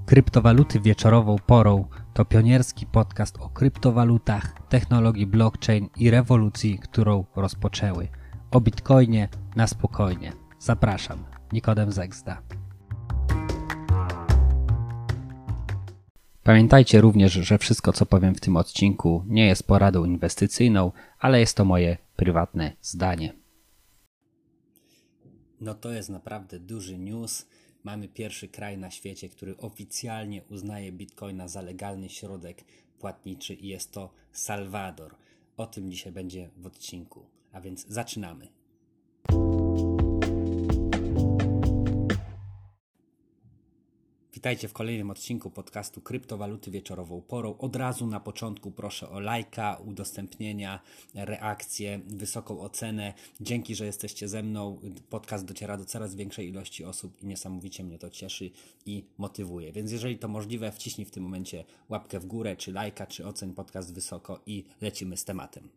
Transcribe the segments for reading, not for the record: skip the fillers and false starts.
Kryptowaluty wieczorową porą to pionierski podcast o kryptowalutach, technologii blockchain i rewolucji, którą rozpoczęły. O Bitcoinie na spokojnie. Zapraszam, Nikodem Zegzda. Pamiętajcie również, że wszystko co powiem w tym odcinku nie jest poradą inwestycyjną, ale jest to moje prywatne zdanie. No to jest naprawdę duży news. Mamy pierwszy kraj na świecie, który oficjalnie uznaje Bitcoina za legalny środek płatniczy i jest to Salwador. O tym dzisiaj będzie w odcinku, a więc zaczynamy. Witajcie w kolejnym odcinku podcastu Kryptowaluty wieczorową porą. Od razu na początku proszę o lajka, udostępnienia, reakcje, wysoką ocenę. Dzięki, że jesteście ze mną. Podcast dociera do coraz większej ilości osób i niesamowicie mnie to cieszy i motywuje. Więc jeżeli to możliwe, wciśnij w tym momencie łapkę w górę, czy lajka, czy oceń podcast wysoko i lecimy z tematem.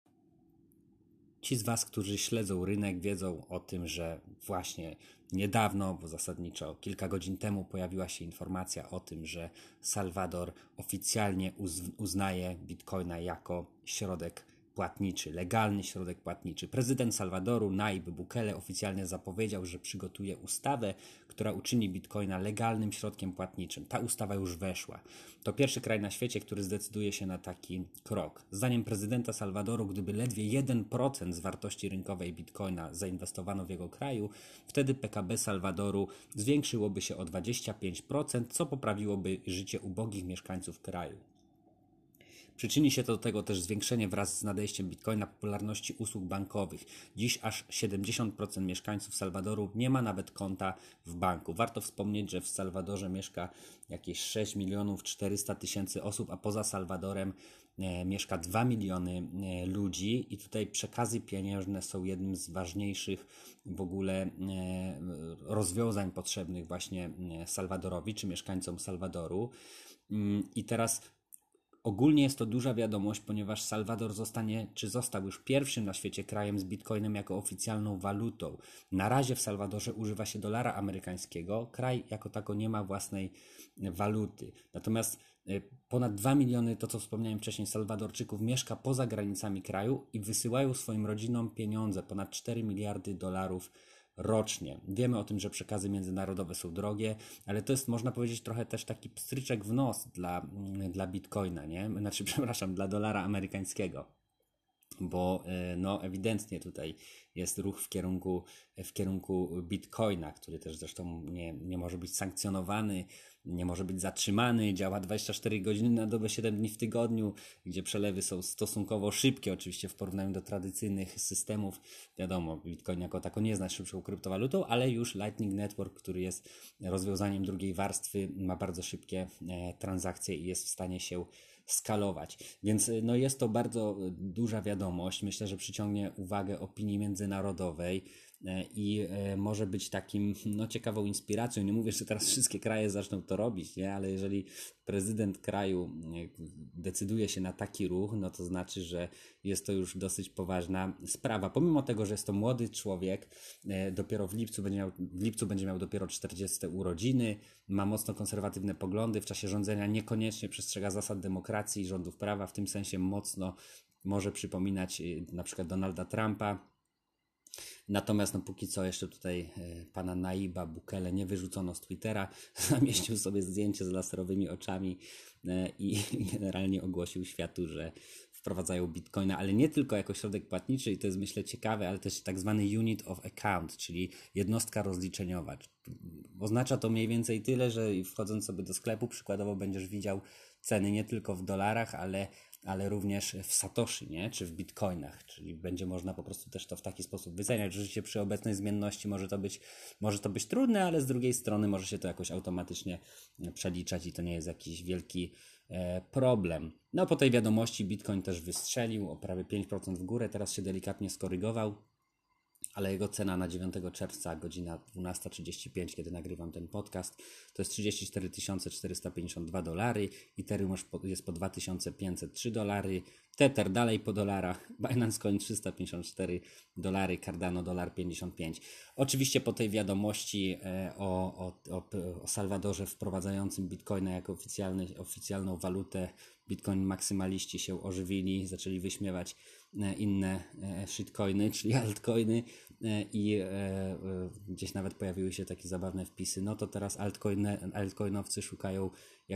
Ci z Was, którzy śledzą rynek, wiedzą o tym, że właśnie niedawno, bo zasadniczo kilka godzin temu pojawiła się informacja o tym, że Salwador oficjalnie uznaje Bitcoina jako środek płatniczy, legalny środek płatniczy. Prezydent Salwadoru, Nayib Bukele, oficjalnie zapowiedział, że przygotuje ustawę, która uczyni Bitcoina legalnym środkiem płatniczym. Ta ustawa już weszła. To pierwszy kraj na świecie, który zdecyduje się na taki krok. Zdaniem prezydenta Salwadoru, gdyby ledwie 1% z wartości rynkowej Bitcoina zainwestowano w jego kraju, wtedy PKB Salwadoru zwiększyłoby się o 25%, co poprawiłoby życie ubogich mieszkańców kraju. Przyczyni się do tego też zwiększenie wraz z nadejściem Bitcoina popularności usług bankowych. Dziś aż 70% mieszkańców Salwadoru nie ma nawet konta w banku. Warto wspomnieć, że w Salwadorze mieszka jakieś 6 400 000 osób, a poza Salwadorem mieszka 2 miliony ludzi i tutaj przekazy pieniężne są jednym z ważniejszych w ogóle rozwiązań potrzebnych właśnie Salwadorowi czy mieszkańcom Salwadoru. I teraz ogólnie jest to duża wiadomość, ponieważ Salwador został już pierwszym na świecie krajem z Bitcoinem jako oficjalną walutą. Na razie w Salwadorze używa się dolara amerykańskiego. Kraj jako tako nie ma własnej waluty. Natomiast ponad 2 miliony, to co wspomniałem wcześniej, Salwadorczyków mieszka poza granicami kraju i wysyłają swoim rodzinom pieniądze, ponad 4 miliardy dolarów rocznie. Wiemy o tym, że przekazy międzynarodowe są drogie, ale to jest, można powiedzieć, trochę też taki pstryczek w nos dla Bitcoina, nie? Dla dolara amerykańskiego. Bo ewidentnie tutaj jest ruch w kierunku Bitcoina, który też zresztą nie może być sankcjonowany, nie może być zatrzymany, działa 24 godziny na dobę, 7 dni w tygodniu, gdzie przelewy są stosunkowo szybkie, oczywiście w porównaniu do tradycyjnych systemów. Wiadomo, Bitcoin jako tako nie jest najszybszą kryptowalutą, ale już Lightning Network, który jest rozwiązaniem drugiej warstwy, ma bardzo szybkie transakcje i jest w stanie się skalować. Więc jest to bardzo duża wiadomość. Myślę, że przyciągnie uwagę opinii międzynarodowej i może być takim ciekawą inspiracją. Nie mówię, że teraz wszystkie kraje zaczną to robić, nie? Ale jeżeli prezydent kraju decyduje się na taki ruch, to znaczy, że jest to już dosyć poważna sprawa. Pomimo tego, że jest to młody człowiek, dopiero w lipcu będzie miał dopiero 40 urodziny, ma mocno konserwatywne poglądy, w czasie rządzenia niekoniecznie przestrzega zasad demokracji i rządów prawa, w tym sensie mocno może przypominać na przykład Donalda Trumpa. Natomiast póki co jeszcze tutaj pana Nayiba Bukele nie wyrzucono z Twittera, zamieścił sobie zdjęcie z laserowymi oczami i generalnie ogłosił światu, że wprowadzają Bitcoina, ale nie tylko jako środek płatniczy i to jest myślę ciekawe, ale też tak zwany unit of account, czyli jednostka rozliczeniowa. Oznacza to mniej więcej tyle, że wchodząc sobie do sklepu przykładowo będziesz widział ceny nie tylko w dolarach, ale również w satoshi, nie? Czy w bitcoinach, czyli będzie można po prostu też to w taki sposób wyceniać. Oczywiście przy obecnej zmienności może to być trudne, ale z drugiej strony może się to jakoś automatycznie przeliczać i to nie jest jakiś wielki problem. Po tej wiadomości Bitcoin też wystrzelił o prawie 5% w górę, teraz się delikatnie skorygował, ale jego cena na 9 czerwca, godzina 12:35, kiedy nagrywam ten podcast, to jest $34,452, Ethereum jest po $2,503, Tether dalej po dolarach, Binance Coin $354, Cardano $1,55. Oczywiście po tej wiadomości o Salwadorze wprowadzającym Bitcoina jako oficjalną walutę, Bitcoin maksymaliści się ożywili, zaczęli wyśmiewać inne shitcoiny, czyli altcoiny i gdzieś nawet pojawiły się takie zabawne wpisy. No to teraz altcoinowcy szukają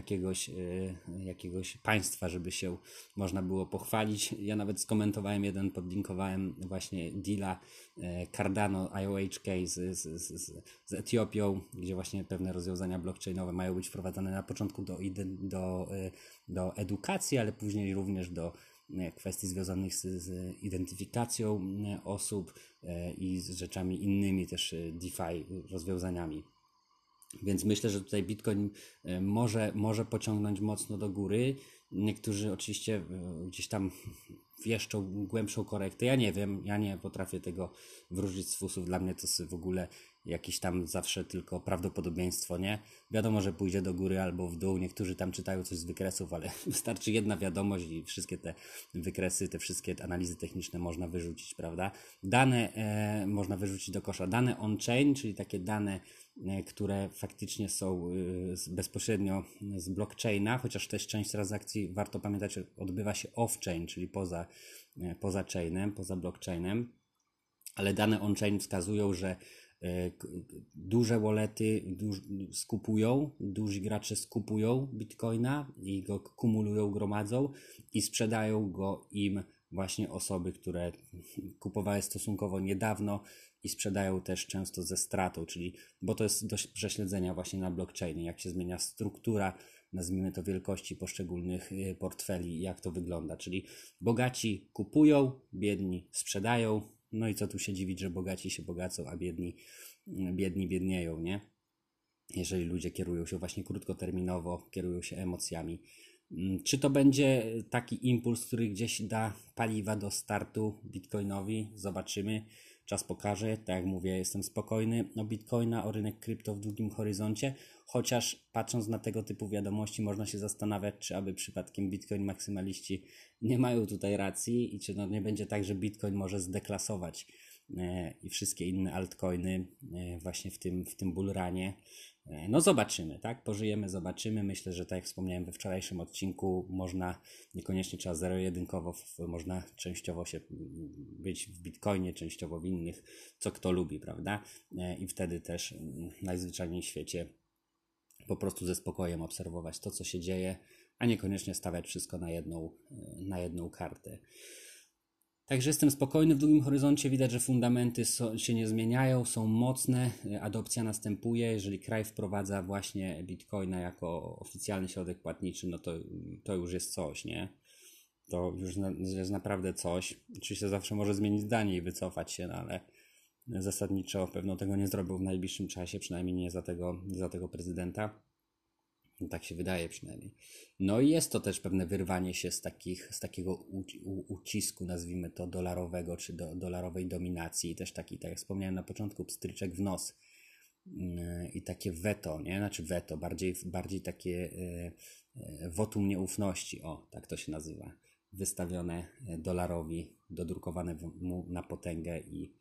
jakiegoś państwa, żeby się można było pochwalić. Ja nawet skomentowałem podlinkowałem właśnie deala Cardano IOHK z Etiopią, gdzie właśnie pewne rozwiązania blockchainowe mają być wprowadzane na początku do edukacji, ale później również do kwestii związanych z identyfikacją osób i z rzeczami innymi, też DeFi rozwiązaniami. Więc myślę, że tutaj Bitcoin może pociągnąć mocno do góry. Niektórzy oczywiście gdzieś tam wieszczą głębszą korektę. Ja nie wiem, ja nie potrafię tego wróżyć z fusów. Dla mnie to jest w ogóle jakieś tam zawsze tylko prawdopodobieństwo, nie? Wiadomo, że pójdzie do góry albo w dół. Niektórzy tam czytają coś z wykresów, ale wystarczy jedna wiadomość i wszystkie te wykresy, te wszystkie analizy techniczne można wyrzucić, prawda? Dane można wyrzucić do kosza. Dane on-chain, czyli takie dane, które faktycznie są bezpośrednio z blockchaina, chociaż też część transakcji, warto pamiętać, odbywa się off-chain, czyli poza chainem, poza blockchainem, ale dane on-chain wskazują, że duże wallety duzi gracze skupują Bitcoina i go kumulują, gromadzą i sprzedają go im właśnie osoby, które kupowały stosunkowo niedawno i sprzedają też często ze stratą, czyli, bo to jest do prześledzenia właśnie na blockchainie, jak się zmienia struktura, nazwijmy to, wielkości poszczególnych portfeli, jak to wygląda, czyli bogaci kupują, biedni sprzedają, no i co tu się dziwić, że bogaci się bogacą, a biedni biednieją, nie? Jeżeli ludzie kierują się właśnie krótkoterminowo, kierują się emocjami. Czy to będzie taki impuls, który gdzieś da paliwa do startu Bitcoinowi? Zobaczymy. Czas pokaże. Tak jak mówię, jestem spokojny o Bitcoina, o rynek krypto w długim horyzoncie, chociaż patrząc na tego typu wiadomości można się zastanawiać, czy aby przypadkiem Bitcoin maksymaliści nie mają tutaj racji i czy nie będzie tak, że Bitcoin może zdeklasować i wszystkie inne altcoiny właśnie w tym bullrunie. No zobaczymy, tak? Pożyjemy, zobaczymy. Myślę, że tak jak wspomniałem we wczorajszym odcinku, można, niekoniecznie trzeba zero-jedynkowo, można częściowo być w Bitcoinie, częściowo w innych, co kto lubi, prawda? I wtedy też najzwyczajniej w świecie po prostu ze spokojem obserwować to, co się dzieje, a niekoniecznie stawiać wszystko na jedną kartę. Także jestem spokojny w długim horyzoncie, widać, że fundamenty się nie zmieniają, są mocne, adopcja następuje, jeżeli kraj wprowadza właśnie Bitcoina jako oficjalny środek płatniczy, no to już jest coś, nie? To już jest naprawdę coś. Oczywiście zawsze może zmienić zdanie i wycofać się, no ale zasadniczo pewno tego nie zrobił w najbliższym czasie, przynajmniej nie za tego prezydenta. Tak się wydaje przynajmniej. No i jest to też pewne wyrwanie się z takiego ucisku, nazwijmy to, dolarowego, czy dolarowej dominacji. I też taki, tak jak wspomniałem na początku, pstryczek w nos i takie weto, nie? Znaczy weto, bardziej takie wotum nieufności, o, tak to się nazywa. Wystawione dolarowi, dodrukowane mu na potęgę i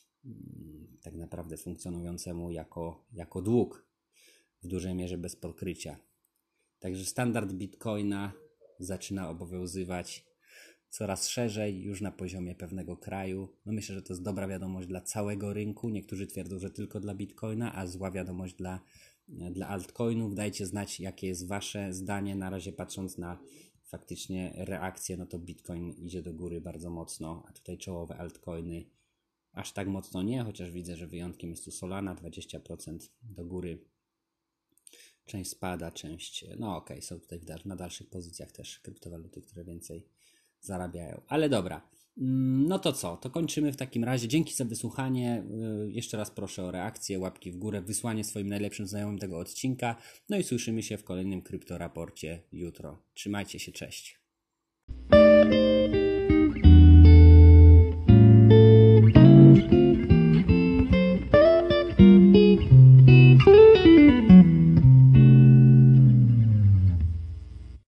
tak naprawdę funkcjonującemu jako dług, w dużej mierze bez pokrycia. Także standard Bitcoina zaczyna obowiązywać coraz szerzej, już na poziomie pewnego kraju. No myślę, że to jest dobra wiadomość dla całego rynku. Niektórzy twierdzą, że tylko dla Bitcoina, a zła wiadomość dla altcoinów. Dajcie znać, jakie jest wasze zdanie. Na razie patrząc na faktycznie reakcję, no to Bitcoin idzie do góry bardzo mocno, a tutaj czołowe altcoiny aż tak mocno nie, chociaż widzę, że wyjątkiem jest tu Solana, 20% do góry. Część spada, część, no okej, są tutaj na dalszych pozycjach też kryptowaluty, które więcej zarabiają. Ale dobra, no to co? To kończymy w takim razie. Dzięki za wysłuchanie. Jeszcze raz proszę o reakcję, łapki w górę, wysłanie swoim najlepszym znajomym tego odcinka. No i słyszymy się w kolejnym kryptoraporcie jutro. Trzymajcie się, cześć.